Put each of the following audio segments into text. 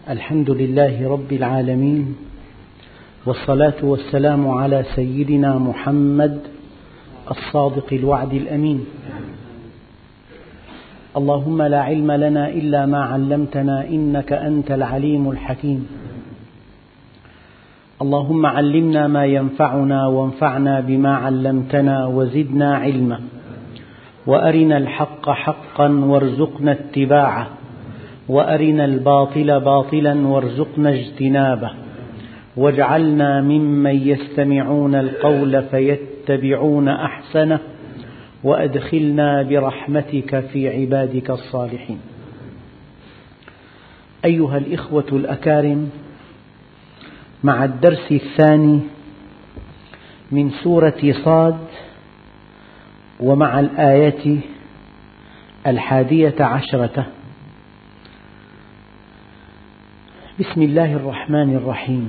الحمد لله رب العالمين، والصلاة والسلام على سيدنا محمد الصادق الوعد الأمين. اللهم لا علم لنا إلا ما علمتنا إنك أنت العليم الحكيم. اللهم علمنا ما ينفعنا وانفعنا بما علمتنا وزدنا علما، وأرنا الحق حقا وارزقنا اتباعه، وأرنا الباطل باطلا وارزقنا اجتنابه، واجعلنا ممن يستمعون القول فيتبعون أحسنه، وأدخلنا برحمتك في عبادك الصالحين. أيها الإخوة الأكارم، مع الدرس الثاني من سورة صاد، ومع الآية 11. بسم الله الرحمن الرحيم.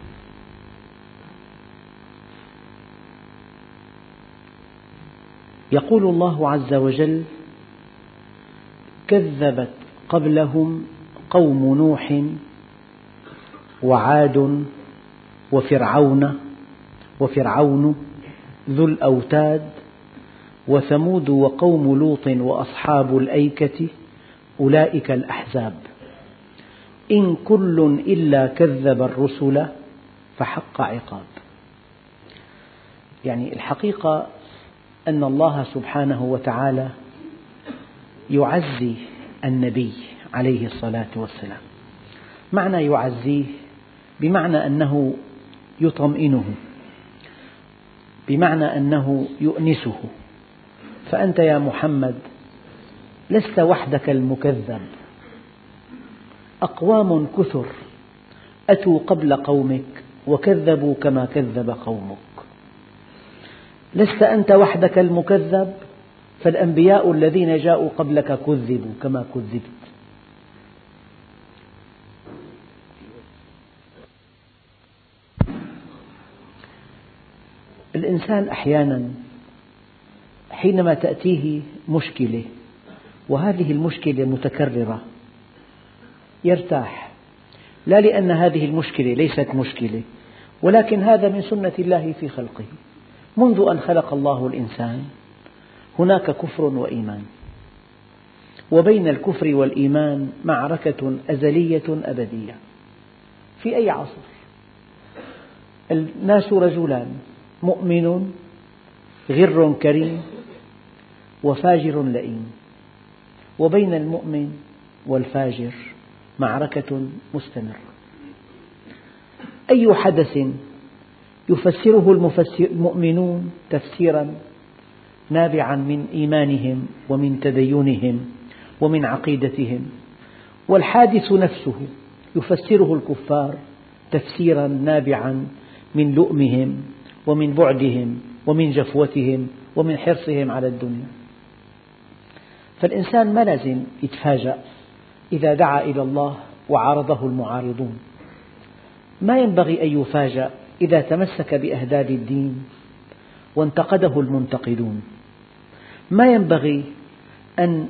يقول الله عز وجل: كذبت قبلهم قوم نوح وعاد وفرعون ذو الأوتاد وثمود وقوم لوط وأصحاب الأيكة أولئك الأحزاب إن كل إلا كذب الرسل فحق عقاب. يعني الحقيقة أن الله سبحانه وتعالى يعزي النبي عليه الصلاة والسلام. معنى يعزيه بمعنى أنه يطمئنه، بمعنى أنه يؤنسه. فأنت يا محمد لست وحدك المكذب، أقوام كثر أتوا قبل قومك وكذبوا كما كذب قومك. لست أنت وحدك المكذب، فالأنبياء الذين جاءوا قبلك كذبوا كما كذبت. الإنسان أحيانا حينما تأتيه مشكلة وهذه المشكلة متكررة يرتاح، لا لأن هذه المشكلة ليست مشكلة، ولكن هذا من سنة الله في خلقه. منذ أن خلق الله الإنسان هناك كفر وإيمان، وبين الكفر والإيمان معركة أزلية أبدية في أي عصر. الناس رجلان: مؤمن غر كريم وفاجر لئيم، وبين المؤمن والفاجر معركة مستمرة. أي حدث يفسره المؤمنون تفسيرا نابعا من إيمانهم ومن تدينهم ومن عقيدتهم، والحادث نفسه يفسره الكفار تفسيرا نابعا من لؤمهم ومن بعدهم ومن جفوتهم ومن حرصهم على الدنيا. فالإنسان ما لازم يتفاجأ إذا دعا إلى الله وعارضه المعارضون، ما ينبغي أن يفاجأ إذا تمسك بأهداب الدين وانتقده المنتقدون، ما ينبغي أن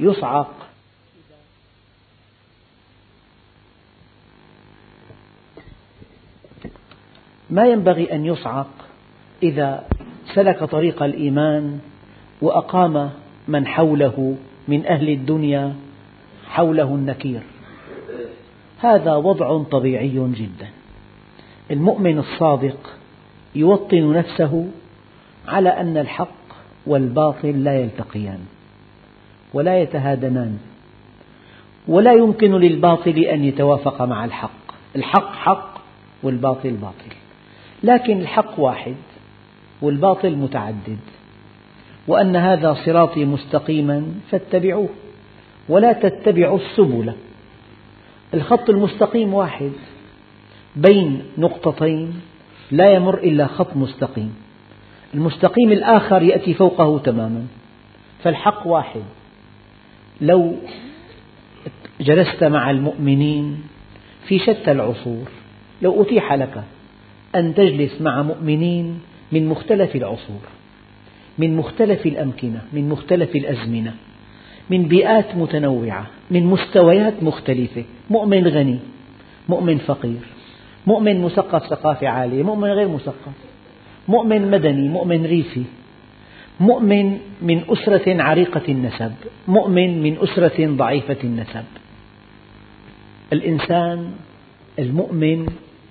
يصعق إذا سلك طريق الإيمان وأقام من حوله من أهل الدنيا حوله النكير. هذا وضع طبيعي جدا. المؤمن الصادق يوطن نفسه على أن الحق والباطل لا يلتقيان ولا يتهادمان، ولا يمكن للباطل أن يتوافق مع الحق. الحق حق والباطل باطل، لكن الحق واحد والباطل متعدد. وأن هذا صراطي مستقيما فاتبعوه ولا تتبعوا السبل. الخط المستقيم واحد، بين نقطتين لا يمر إلا خط مستقيم، المستقيم الآخر يأتي فوقه تماما. فالحق واحد. لو جلست مع المؤمنين في شتى العصور، لو أتيح لك أن تجلس مع مؤمنين من مختلف العصور، من مختلف الأمكنة، من مختلف الأزمنة، من بيئات متنوعة، من مستويات مختلفة، مؤمن غني مؤمن فقير، مؤمن مثقف ثقافة عالية، مؤمن غير مثقف، مؤمن مدني، مؤمن ريفي، مؤمن من أسرة عريقة النسب، مؤمن من أسرة ضعيفة النسب. الإنسان المؤمن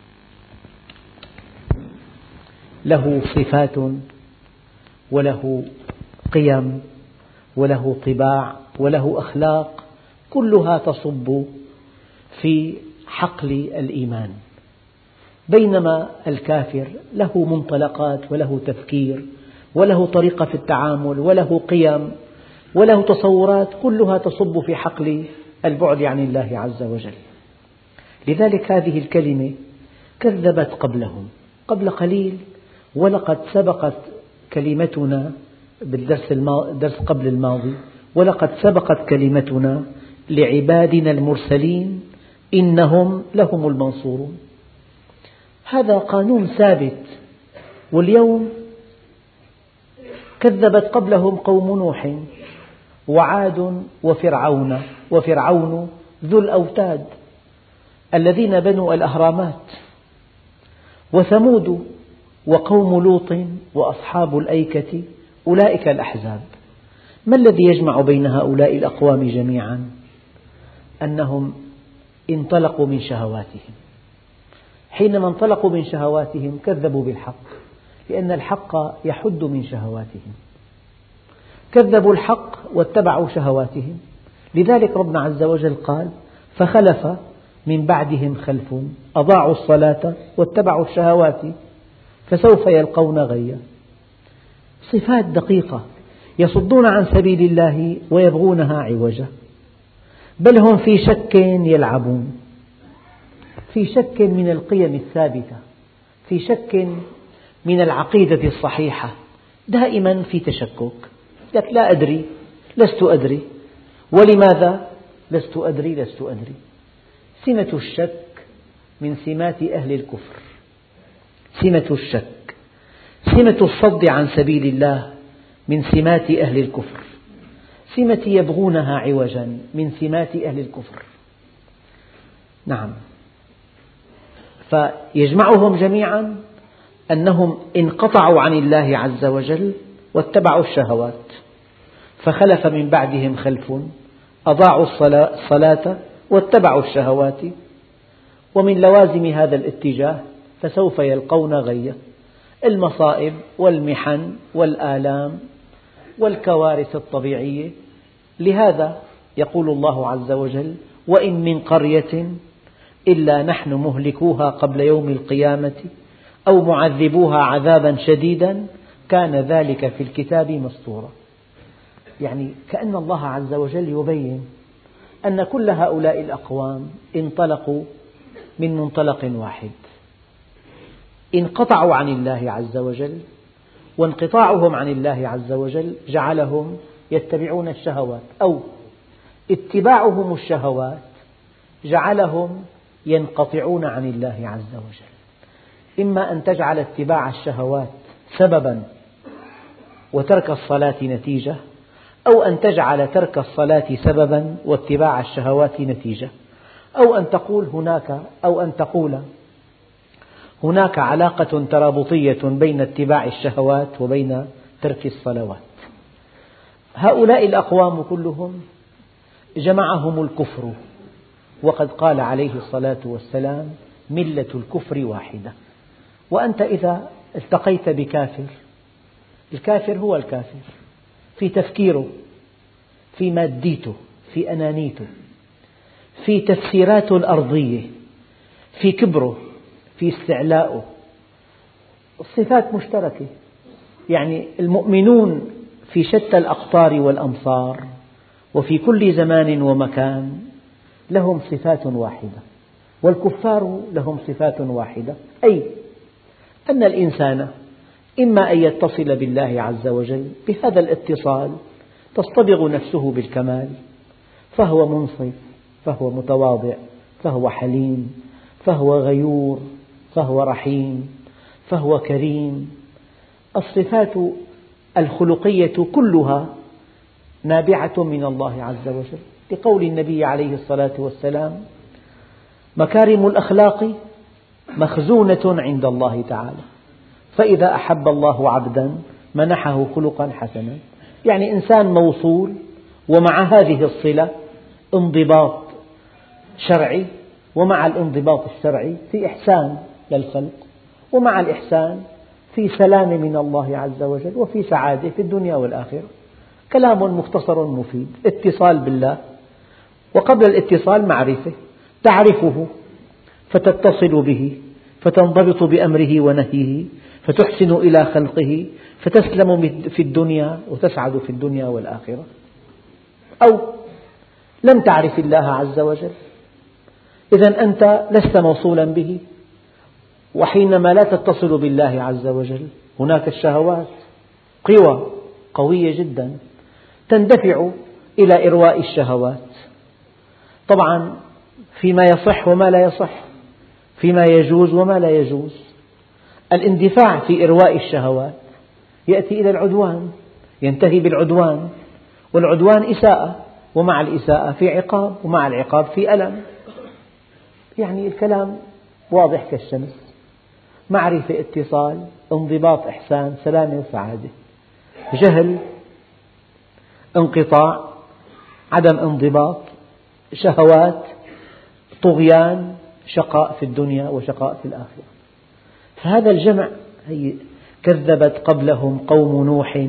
له صفات وله قيم وله طباع وله أخلاق، كلها تصب في حقل الإيمان، بينما الكافر له منطلقات وله تفكير وله طريقة في التعامل وله قيم وله تصورات، كلها تصب في حقل البعد عن الله عز وجل. لذلك هذه الكلمة كذبت قبلهم قبل قليل، ولقد سبقت كلمتنا بالدرس قبل الماضي، ولقد سبقت كلمتنا لعبادنا المرسلين إنهم لهم المنصورون. هذا قانون ثابت. واليوم كذبت قبلهم قوم نوح وعاد وفرعون ذو الأوتاد الذين بنوا الأهرامات، وثمود وقوم لوط وأصحاب الأيكة أولئك الأحزاب. ما الذي يجمع بين هؤلاء الأقوام جميعا؟ أنهم انطلقوا من شهواتهم. حينما انطلقوا من شهواتهم كذبوا بالحق، لأن الحق يحد من شهواتهم. كذبوا الحق واتبعوا شهواتهم. لذلك ربنا عز وجل قال: فخلف من بعدهم خلف أضاعوا الصلاة واتبعوا الشهوات فسوف يلقون غيا. صفات دقيقة، يصدون عن سبيل الله ويبغونها عوجا، بل هم في شك يلعبون، في شك من القيم الثابتة، في شك من العقيدة الصحيحة، دائما في تشكك. لك لا أدري، لست أدري، ولماذا لست أدري. سمة الشك من سمات أهل الكفر، سمة الشك، سمة الصد عن سبيل الله من سمات أهل الكفر، سمة يبغونها عوجا من سمات أهل الكفر. نعم، فيجمعهم جميعا أنهم انقطعوا عن الله عز وجل واتبعوا الشهوات. فخلف من بعدهم خلف أضاعوا الصلاة واتبعوا الشهوات. ومن لوازم هذا الاتجاه فسوف يلقون غيا، المصائب والمحن والآلام والكوارث الطبيعية. لهذا يقول الله عز وجل: وإن من قرية إلا نحن مهلكوها قبل يوم القيامة أو معذبوها عذابا شديدا كان ذلك في الكتاب مسطورا. يعني كأن الله عز وجل يبين أن كل هؤلاء الأقوام انطلقوا من منطلق واحد، انقطعوا عن الله عز وجل، وانقطاعهم عن الله عز وجل جعلهم يتبعون الشهوات، أو اتباعهم الشهوات جعلهم ينقطعون عن الله عز وجل. إما أن تجعل اتباع الشهوات سببا وترك الصلاة نتيجة، أو أن تجعل ترك الصلاة سببا واتباع الشهوات نتيجة، أو أن تقول هناك علاقة ترابطية بين اتباع الشهوات وبين ترك الصلوات. هؤلاء الأقوام كلهم جمعهم الكفر، وقد قال عليه الصلاة والسلام: ملة الكفر واحدة. وأنت إذا التقيت بكافر، الكافر هو الكافر في تفكيره، في ماديته، في أنانيته، في تفسيراته الأرضية، في كبره، في استعلاؤه. الصفات مشتركة، يعني المؤمنون في شتى الأقطار والأمصار وفي كل زمان ومكان لهم صفات واحدة، والكفار لهم صفات واحدة، أي أن الإنسان إما أن يتصل بالله عز وجل، بهذا الاتصال تصطبغ نفسه بالكمال، فهو منصف، فهو متواضع، فهو حليم، فهو غيور، فهو رحيم، فهو كريم. الصفات الخلقية كلها نابعة من الله عز وجل، لقول النبي عليه الصلاة والسلام: مكارم الأخلاق مخزونة عند الله تعالى، فإذا أحب الله عبدا منحه خلقا حسنا. يعني إنسان موصول ومع هذه الصلة انضباط شرعي، ومع الانضباط الشرعي في إحسان للخلق، ومع الإحسان في سلام من الله عز وجل، وفي سعادة في الدنيا والآخرة. كلام مختصر مفيد. اتصال بالله، وقبل الاتصال معرفة، تعرفه فتتصل به، فتنضبط بأمره ونهيه، فتحسن إلى خلقه، فتسلم في الدنيا وتسعد في الدنيا والآخرة. أو لم تعرف الله عز وجل، إذن أنت لست موصولا به، وحينما لا تتصل بالله عز وجل هناك الشهوات قوى قوية جدا تندفع إلى إرواء الشهوات، طبعا فيما يصح وما لا يصح، فيما يجوز وما لا يجوز. الاندفاع في إرواء الشهوات يأتي إلى العدوان، ينتهي بالعدوان، والعدوان إساءة، ومع الإساءة في عقاب، ومع العقاب في ألم. يعني الكلام واضح كالشمس. معرفة، اتصال، انضباط، إحسان، سلامة، سعادة. جهل، انقطاع، عدم انضباط، شهوات، طغيان، شقاء في الدنيا وشقاء في الآخرة. فهذا الجمع كذبت قبلهم قوم نوح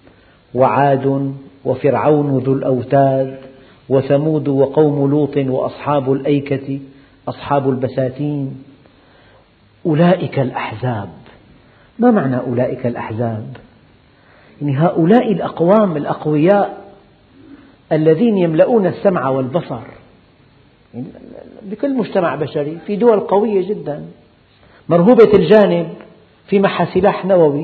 وعاد وفرعون ذو الأوتاد وثمود وقوم لوط وأصحاب الأيكة أصحاب البساتين أولئك الأحزاب. ما معنى أولئك الأحزاب؟ يعني هؤلاء الأقوام الأقوياء الذين يملؤون السمع والبصر. يعني بكل مجتمع بشري في دول قوية جدا مرهوبة الجانب في معها سلاح نووي،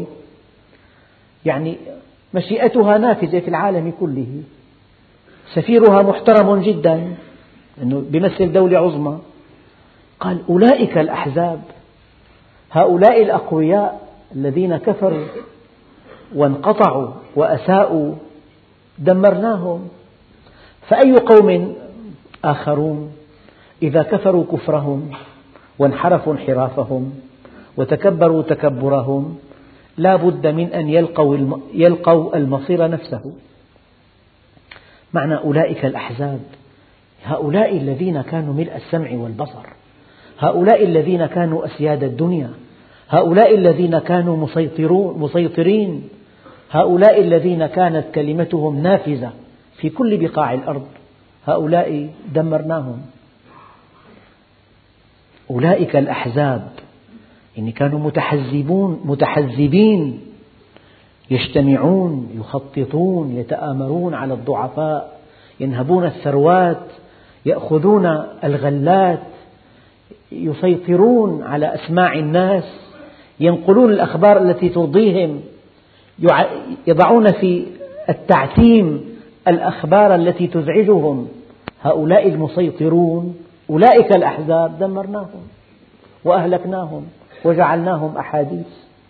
يعني مشيئتها نافذة في العالم كله، سفيرها محترم جدا أنه بيمثل دولة عظمى. قال أولئك الأحزاب، هؤلاء الأقوياء الذين كفروا وانقطعوا وأساءوا دمرناهم. فأي قوم آخرون إذا كفروا كفرهم وانحرفوا انحرافهم وتكبروا تكبرهم لا بد من أن يلقوا المصير نفسه. معنى أولئك الأحزاب هؤلاء الذين كانوا ملء السمع والبصر، هؤلاء الذين كانوا أسياد الدنيا، هؤلاء الذين كانوا مسيطرين، هؤلاء الذين كانت كلمتهم نافذة في كل بقاع الأرض، هؤلاء دمرناهم. أولئك الأحزاب يعني كانوا متحزبين، يجتمعون، يخططون، يتآمرون على الضعفاء، ينهبون الثروات، يأخذون الغلات، يسيطرون على أسماع الناس، ينقلون الأخبار التي ترضيهم، يضعون في التعتيم الأخبار التي تزعجهم. هؤلاء المسيطرون أولئك الأحزاب دمرناهم وأهلكناهم وجعلناهم أحاديث.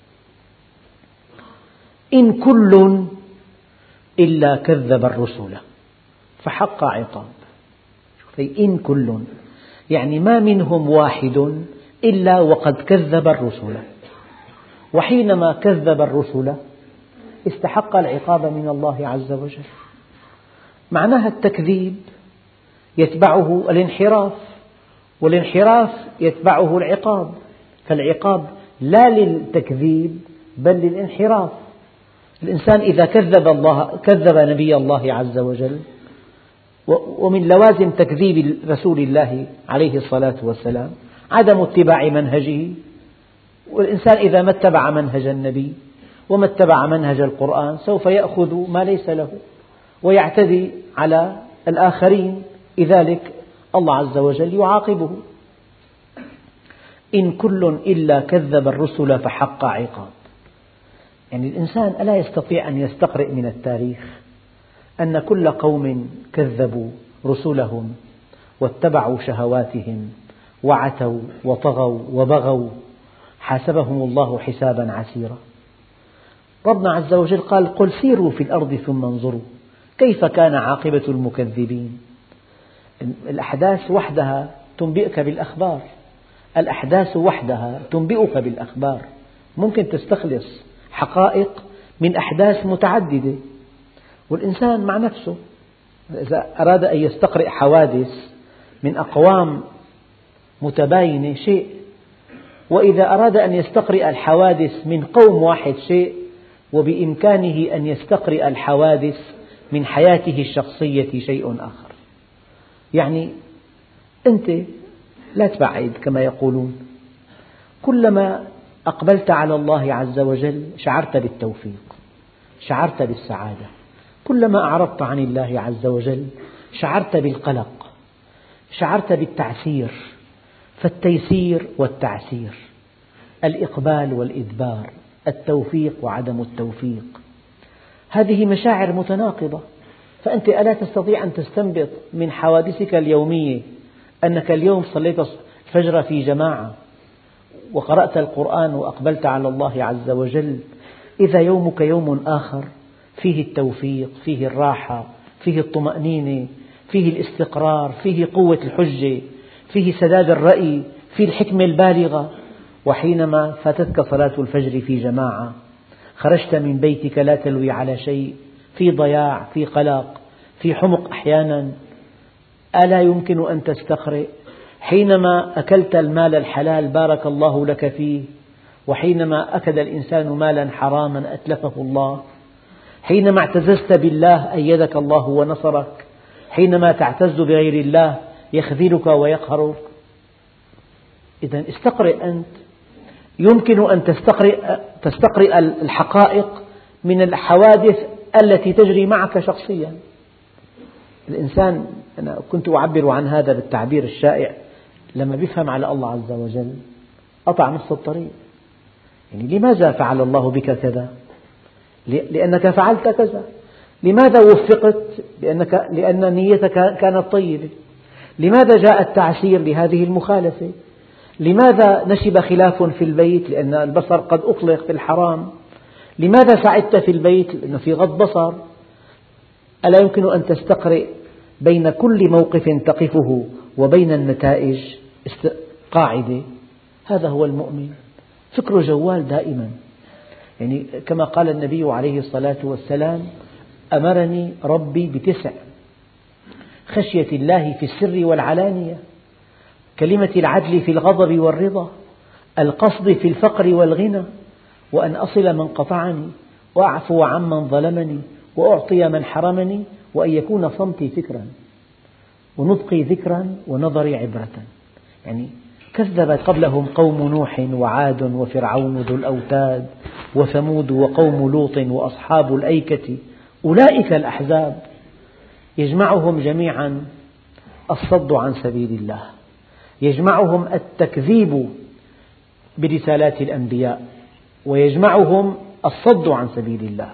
إن كل إلا كذب الرسل فحق عقاب. إن كل يعني ما منهم واحد إلا وقد كذب الرسل، وحينما كذب الرسل استحق العقاب من الله عز وجل. معناها التكذيب يتبعه الانحراف، والانحراف يتبعه العقاب، فالعقاب لا للتكذيب بل للانحراف. الإنسان إذا كذب نبي الله عز وجل، ومن لوازم تكذيب رسول الله عليه الصلاة والسلام عدم اتباع منهجه، والإنسان إذا ما اتبع منهج النبي وما اتبع منهج القرآن سوف يأخذ ما ليس له ويعتدي على الآخرين، لذلك الله عز وجل يعاقبه. إن كل إلا كذب الرسل فحق عقاب. يعني الإنسان ألا يستطيع أن يستقرئ من التاريخ أن كل قوم كذبوا رسلهم واتبعوا شهواتهم وعتوا وطغوا وبغوا حاسبهم الله حسابا عسيرا. ربنا عز وجل قال قل سيروا في الأرض ثم انظروا كيف كان عاقبة المكذبين. الأحداث وحدها تنبئك بالأخبار، الأحداث وحدها تنبئك بالأخبار، ممكن تستخلص حقائق من أحداث متعددة. والإنسان مع نفسه إذا أراد أن يستقرئ حوادث من أقوام متباينة شيء، وإذا أراد أن يستقرئ الحوادث من قوم واحد شيء، وبإمكانه أن يستقرئ الحوادث من حياته الشخصية شيء آخر. يعني أنت لا تبعد كما يقولون، كلما أقبلت على الله عز وجل شعرت بالتوفيق، شعرت بالسعادة، كلما أعرضت عن الله عز وجل شعرت بالقلق، شعرت بالتعسير. فالتيسير والتعسير، الإقبال والإدبار، التوفيق وعدم التوفيق، هذه مشاعر متناقضة. فأنت ألا تستطيع أن تستنبط من حوادثك اليومية أنك اليوم صليت الفجر في جماعة وقرأت القرآن وأقبلت على الله عز وجل، إذا يومك يوم آخر فيه التوفيق، فيه الراحة، فيه الطمأنينة، فيه الاستقرار، فيه قوة الحجة، فيه سداد الرأي، فيه الحكمة البالغة. وحينما فاتتك صلاة الفجر في جماعة خرجت من بيتك لا تلوي على شيء، في ضياع، في قلق، في حمق أحيانا، ألا يمكن أن تستقرئ؟ حينما أكلت المال الحلال بارك الله لك فيه، وحينما أكل الإنسان مالا حراما أتلفه الله. حينما اعتززت بالله أيدك الله ونصرك، حينما تعتز بغير الله يخذلك ويقهرك. إذن استقرئ أنت، يمكن أن تستقرئ الحقائق من الحوادث التي تجري معك شخصيا. الإنسان، أنا كنت أعبر عن هذا بالتعبير الشائع، لما يفهم على الله عز وجل قطع نصف الطريق. يعني لماذا فعل الله بك كذا؟ لأنك فعلت كذا. لماذا وفقت؟ لأن نيتك كانت طيبة. لماذا جاء التعسير لهذه المخالفة؟ لماذا نشب خلاف في البيت؟ لأن البصر قد أطلق في الحرام. لماذا سعدت في البيت؟ لأن في غض بصر. ألا يمكن أن تستقرئ بين كل موقف تقفه وبين النتائج قاعدة؟ هذا هو المؤمن، فكره جوال دائما. يعني كما قال النبي عليه الصلاة والسلام: أمرني ربي ب9: خشية الله في السر والعلانية، كلمة العدل في الغضب والرضا، القصد في الفقر والغنى، وأن أصل من قطعني، وأعفو عمن ظلمني، وأعطي من حرمني، وأن يكون صمتي فكرا، ونطقي ذكرا، ونظري عبرة. يعني كذبت قبلهم قوم نوح وعاد وفرعون ذو الأوتاد وثمود وقوم لوط وأصحاب الأيكة أولئك الأحزاب. يجمعهم جميعا الصد عن سبيل الله، يجمعهم التكذيب برسالات الأنبياء، ويجمعهم الصد عن سبيل الله،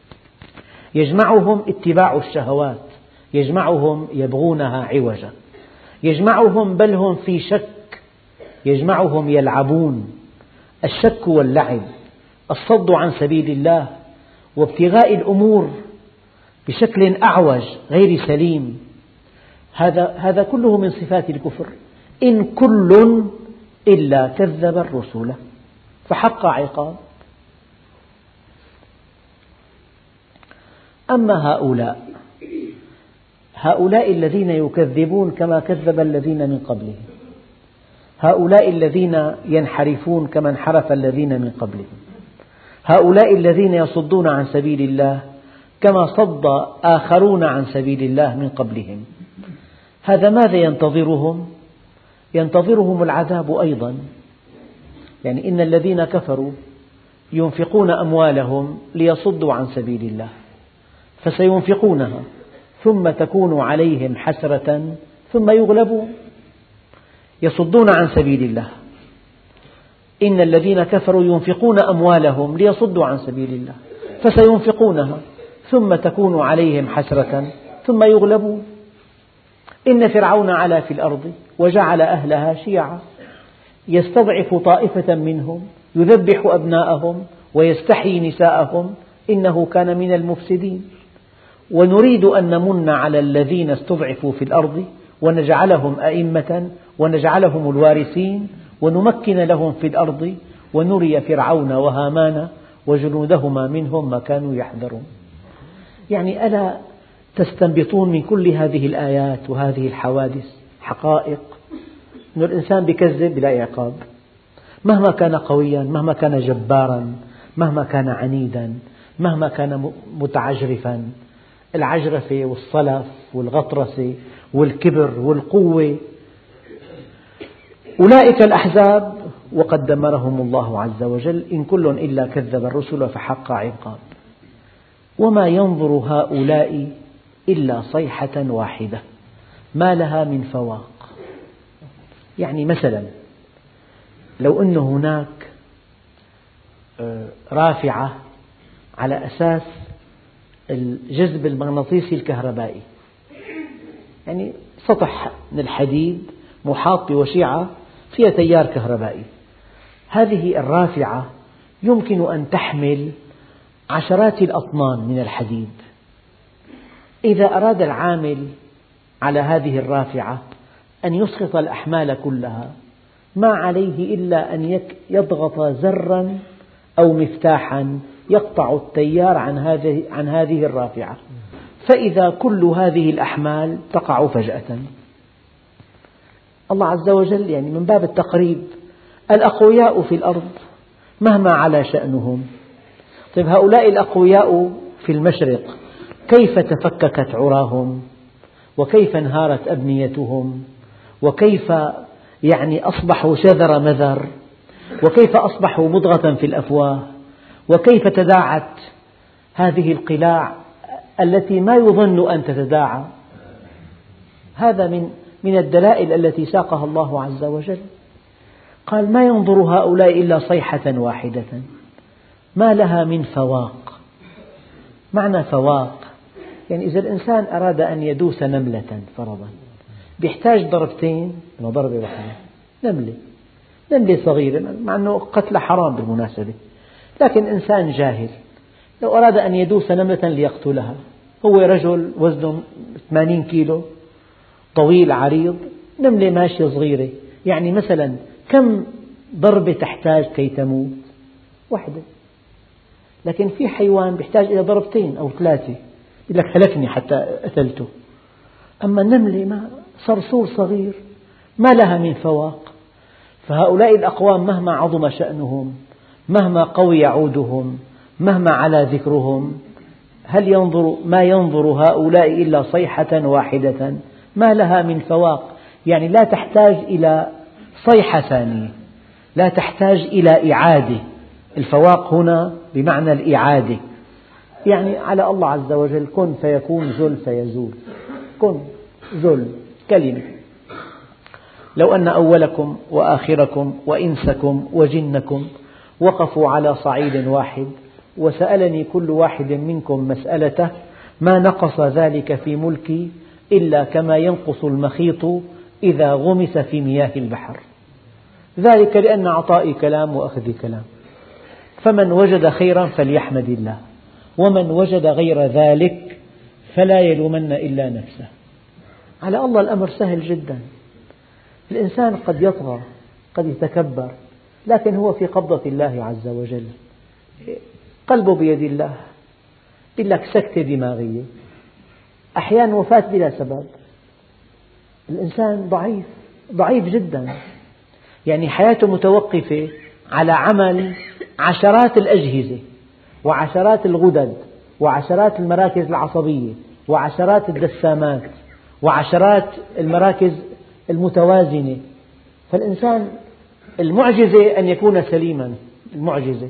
يجمعهم اتباع الشهوات، يجمعهم يبغونها عوجا، يجمعهم بل هم في شك، يجمعهم يلعبون، الشك واللعب، الصد عن سبيل الله، وابتغاء الأمور بشكل أعوج غير سليم. هذا كله من صفات الكفر. إن كل إلا كذب الرسل فحق عقاب. أما هؤلاء الذين يكذبون كما كذب الذين من قبلهم، هؤلاء الذين ينحرفون كما انحرف الذين من قبلهم، هؤلاء الذين يصدون عن سبيل الله كما صد آخرون عن سبيل الله من قبلهم، هذا ماذا ينتظرهم؟ ينتظرهم العذاب أيضا. يعني إن الذين كفروا ينفقون أموالهم ليصدوا عن سبيل الله، فسينفقونها ثم تكون عليهم حسرة ثم يغلبون. يصدون عن سبيل الله. إن الذين كفروا ينفقون أموالهم ليصدوا عن سبيل الله فسينفقونها ثم تكون عليهم حسرة ثم يغلبون. إن فرعون علا في الأرض وجعل أهلها شيعا يستضعف طائفة منهم يذبح أبناءهم ويستحيي نساءهم إنه كان من المفسدين. ونريد أن نمن على الذين استضعفوا في الأرض ونجعلهم أئمة ونجعلهم الوارثين ونمكن لهم في الأرض ونري فرعون وهامان وجنودهما منهم ما كانوا يحذرون. يعني ألا تستنبطون من كل هذه الآيات وهذه الحوادث حقائق أن الإنسان بكذب بلا عقاب، مهما كان قويا، مهما كان جبارا، مهما كان عنيدا، مهما كان متعجرفا. العجرفة والصلف والغطرسة والكبر والقوة، أولئك الأحزاب وقد دمرهم الله عز وجل إن كل إلا كذب الرسل فحق عقاب. وما ينظر هؤلاء إلا صيحة واحدة ما لها من فواق. يعني مثلا لو أن هناك رافعة على أساس الجذب المغناطيسي الكهربائي، يعني سطح من الحديد محاط بوشيعة فيها تيار كهربائي، هذه الرافعة يمكن أن تحمل عشرات الأطنان من الحديد. إذا أراد العامل على هذه الرافعة أن يسقط الأحمال كلها ما عليه إلا أن يضغط زرا أو مفتاحا يقطع التيار عن هذه الرافعة، فإذا كل هذه الأحمال تقع فجأة. الله عز وجل يعني من باب التقريب، الأقوياء في الأرض مهما علا شأنهم. طيب هؤلاء الأقوياء في المشرق كيف تفككت عراهم، وكيف انهارت أبنيتهم، وكيف يعني أصبحوا شذر مذر، وكيف أصبحوا مضغة في الأفواه، وكيف تداعت هذه القلاع التي ما يظن أن تتداعى. هذا من الدلائل التي ساقها الله عز وجل. قال ما ينظر هؤلاء إلا صيحة واحدة ما لها من فواق. معنى فواق يعني إذا الإنسان أراد أن يدوس نملة فرضا يحتاج ضربتين ولا ضربة واحدة. نملة صغيرة، مع أنه قتل حرام بالمناسبة، لكن إنسان جاهل لو أراد أن يدوس نملة ليقتلها، هو رجل وزنه 80 كيلو طويل عريض، نملة ماشية صغيرة، يعني مثلا كم ضربة تحتاج كي تموت؟ واحدة. لكن في حيوان يحتاج إلى ضربتين أو ثلاثة، يقول لك هلكني حتى قتلته. أما النملة صرصور صغير ما لها من فواق. فهؤلاء الأقوام مهما عظم شأنهم، مهما قوي عودهم، مهما علا ذكرهم، ما ينظر هؤلاء إلا صيحة واحدة ما لها من فواق. يعني لا تحتاج إلى صيحة ثانية، لا تحتاج إلى إعادة. الفواق هنا بمعنى الإعادة، يعني على الله عز وجل كن فيكون زل فيزول. كن زل كلمة. لو أن أولكم وآخركم وإنسكم وجنكم وقفوا على صعيد واحد وسألني كل واحد منكم مسألته ما نقص ذلك في ملكي إلا كما ينقص المخيط إذا غمس في مياه البحر. ذلك لأن عطائي كلام وأخذي كلام. فمن وجد خيرا فليحمد الله، ومن وجد غير ذلك فلا يلومن إلا نفسه. على الله الأمر سهل جدا. الإنسان قد يطغى، قد يتكبر، لكن هو في قبضة الله عز وجل، قلبه بيد الله. يقول لك سكتة دماغية، أحيانا وفاة بلا سبب. الإنسان ضعيف جدا، يعني حياته متوقفة على عمل عشرات الأجهزة وعشرات الغدد وعشرات المراكز العصبية وعشرات الدسامات وعشرات المراكز المتوازنة. فالإنسان المعجزة أن يكون سليما، المعجزة.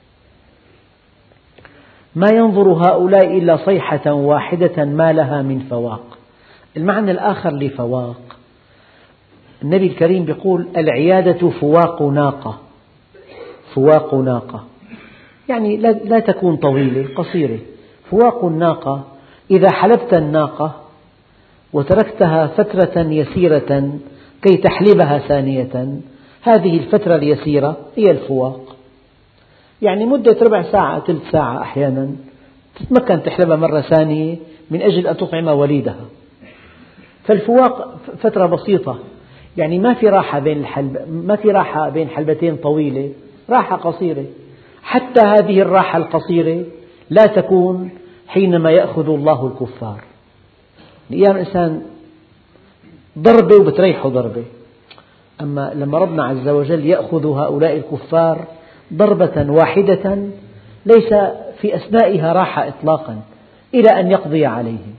ما ينظر هؤلاء إلا صيحة واحدة ما لها من فواق. المعنى الآخر لفواق، النبي الكريم يقول العيادة فواق ناقة. فواق ناقة يعني لا تكون طويلة، قصيرة. فواق الناقة إذا حلبت الناقة وتركتها فترة يسيرة كي تحلبها ثانية، هذه الفترة اليسيرة هي الفواق. يعني مدة ربع ساعة، ثلث ساعة أحيانا تتمكن تحلبها مرة ثانية من أجل أن تطعم وليدها. فالفواق فترة بسيطة، يعني ما في راحة بين حلبتين طويلة، راحة قصيرة. حتى هذه الراحة القصيرة لا تكون حينما يأخذ الله الكفار. أيام الإنسان ضربة وبتريحه ضربة، أما لما ربنا عز وجل يأخذ هؤلاء الكفار ضربة واحدة ليس في أثنائها راحة إطلاقا إلى أن يقضي عليهم.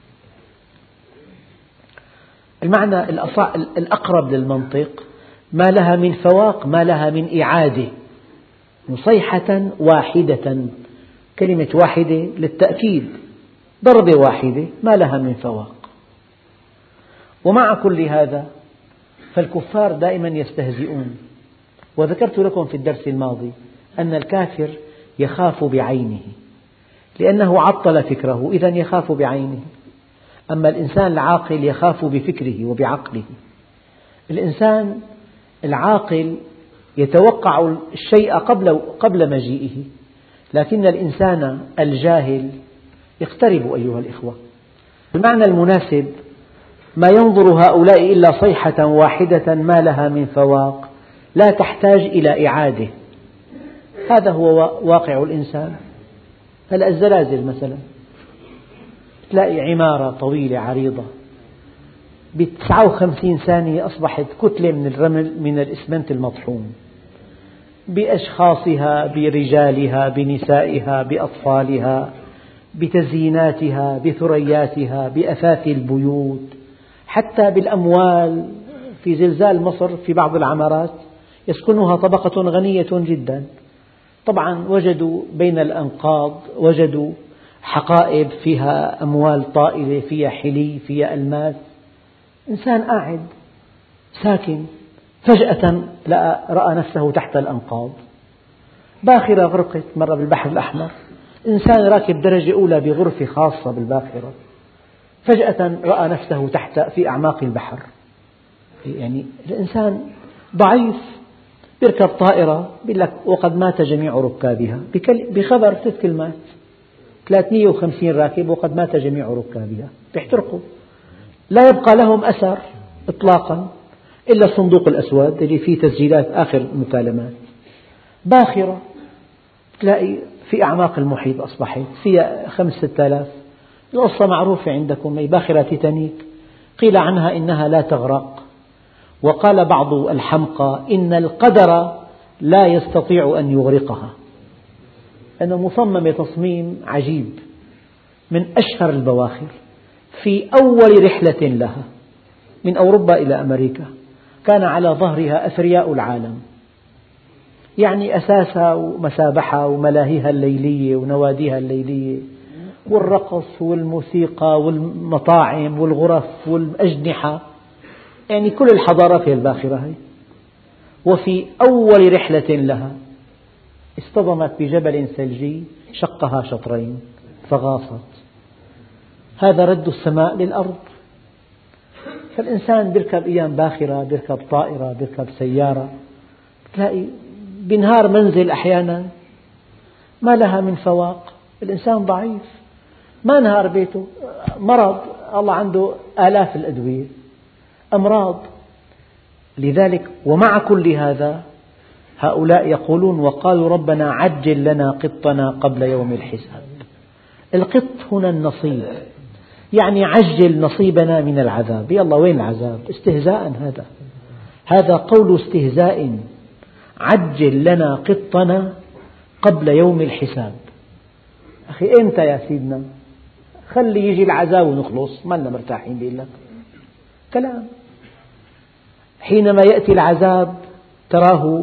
المعنى الأقرب للمنطق ما لها من فواق ما لها من إعادة، صيحة واحدة، كلمة واحدة للتأكيد، ضربة واحدة ما لها من فواق. ومع كل هذا فالكفار دائما يستهزئون، وذكرت لكم في الدرس الماضي أن الكافر يخاف بعينه لأنه عطل فكره، إذن يخاف بعينه. أما الإنسان العاقل يخاف بفكره وبعقله. الإنسان العاقل يتوقع الشيء قبل مجيئه، لكن الإنسان الجاهل يقترب أيها الإخوة. المعنى المناسب ما ينظر هؤلاء إلا صيحة واحدة ما لها من فواق لا تحتاج إلى إعادة. هذا هو واقع الإنسان. هلأ الزلازل مثلا، تلاقي عمارة طويلة عريضة ب59 ثانية أصبحت كتلة من الرمل من الإسمنت المطحون، بأشخاصها، برجالها، بنسائها، بأطفالها، بتزييناتها، بثرياتها، بأثاث البيوت، حتى بالأموال. في زلزال مصر في بعض العمارات يسكنها طبقة غنية جدا، طبعا وجدوا بين الأنقاض وجدوا حقائب فيها أموال طائلة، فيها حلي، فيها ألماس. إنسان قاعد ساكن فجأة رأى نفسه تحت الأنقاض. باخرة غرقت مرة بالبحر الأحمر، إنسان راكب درجة أولى بغرفة خاصة بالباخرة فجأة رأى نفسه في أعماق البحر. يعني الإنسان ضعيف، يركب طائرة يقول لك وقد مات جميع ركابها، بخبر 3 كلمات، 350 راكب وقد مات جميع ركابها، بيحترقوا، لا يبقى لهم أثر إطلاقا إلا الصندوق الأسود اللي فيه تسجيلات آخر مكالمات. باخرة تلاقي في أعماق المحيط أصبحت فيها 5-6 آلاف. القصة معروفة عندكم، هي باخرة تيتانيك، قيل عنها إنها لا تغرق، وقال بعض الحمقى إن القدر لا يستطيع أن يغرقها، أنه مصممة تصميم عجيب، من أشهر البواخر. في أول رحلة لها من أوروبا إلى أمريكا كان على ظهرها أثرياء العالم، يعني أساسها ومسابحها وملاهيها الليلية ونواديها الليلية والرقص والموسيقى والمطاعم والغرف والأجنحة، يعني كل الحضارات هي الباخرة هي. وفي أول رحلة لها اصطدمت بجبل ثلجي شقها شطرين فغاصت. هذا رد السماء للأرض. فالإنسان يركب أيام باخرة، يركب طائرة، يركب سيارة، تلاقي بنهار منزل أحيانا ما لها من فواق. الإنسان ضعيف، ما نهار بيته، مرض، الله عنده آلاف الأدوية، أمراض. لذلك ومع كل هذا هؤلاء يقولون وقالوا ربنا عجل لنا قطنا قبل يوم الحساب. القط هنا النصيب، يعني عجل نصيبنا من العذاب. يلا وين العذاب؟ استهزاء، هذا قول استهزاء. عجل لنا قطنا قبل يوم الحساب. أخي إمتى يا سيدنا؟ خلي يجي العذاب ونخلص، ما لنا مرتاحين. بيقول لك كلام. حينما يأتي العذاب تراه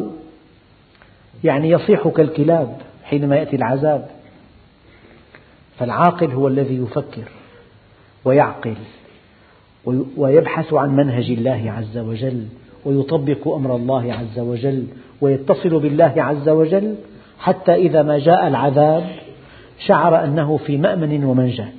يعني يصيح كالكلاب حينما يأتي العذاب. فالعاقل هو الذي يفكر ويعقل ويبحث عن منهج الله عز وجل ويطبق أمر الله عز وجل ويتصل بالله عز وجل، حتى إذا ما جاء العذاب شعر أنه في مأمن ومنجاة.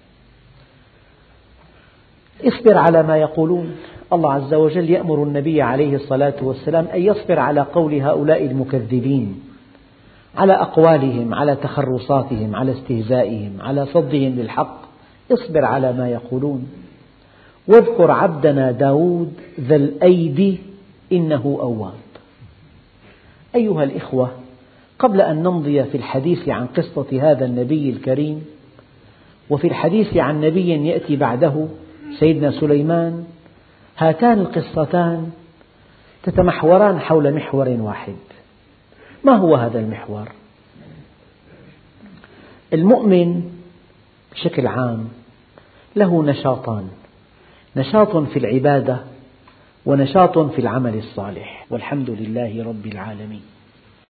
اصبر على ما يقولون. الله عز وجل يأمر النبي عليه الصلاة والسلام أن يصبر على قول هؤلاء المكذبين، على أقوالهم، على تخرصاتهم، على استهزائهم، على صدهم للحق. اصبر على ما يقولون. واذكر عبدنا داود ذا الأيدي إنه أواب. أيها الإخوة، قبل أن نمضي في الحديث عن قصة هذا النبي الكريم وفي الحديث عن نبي يأتي بعده سيدنا سليمان، هاتان القصتان تتمحوران حول محور واحد. ما هو هذا المحور؟ المؤمن بشكل عام له نشاطان: نشاط في العبادة ونشاط في العمل الصالح، والحمد لله رب العالمين.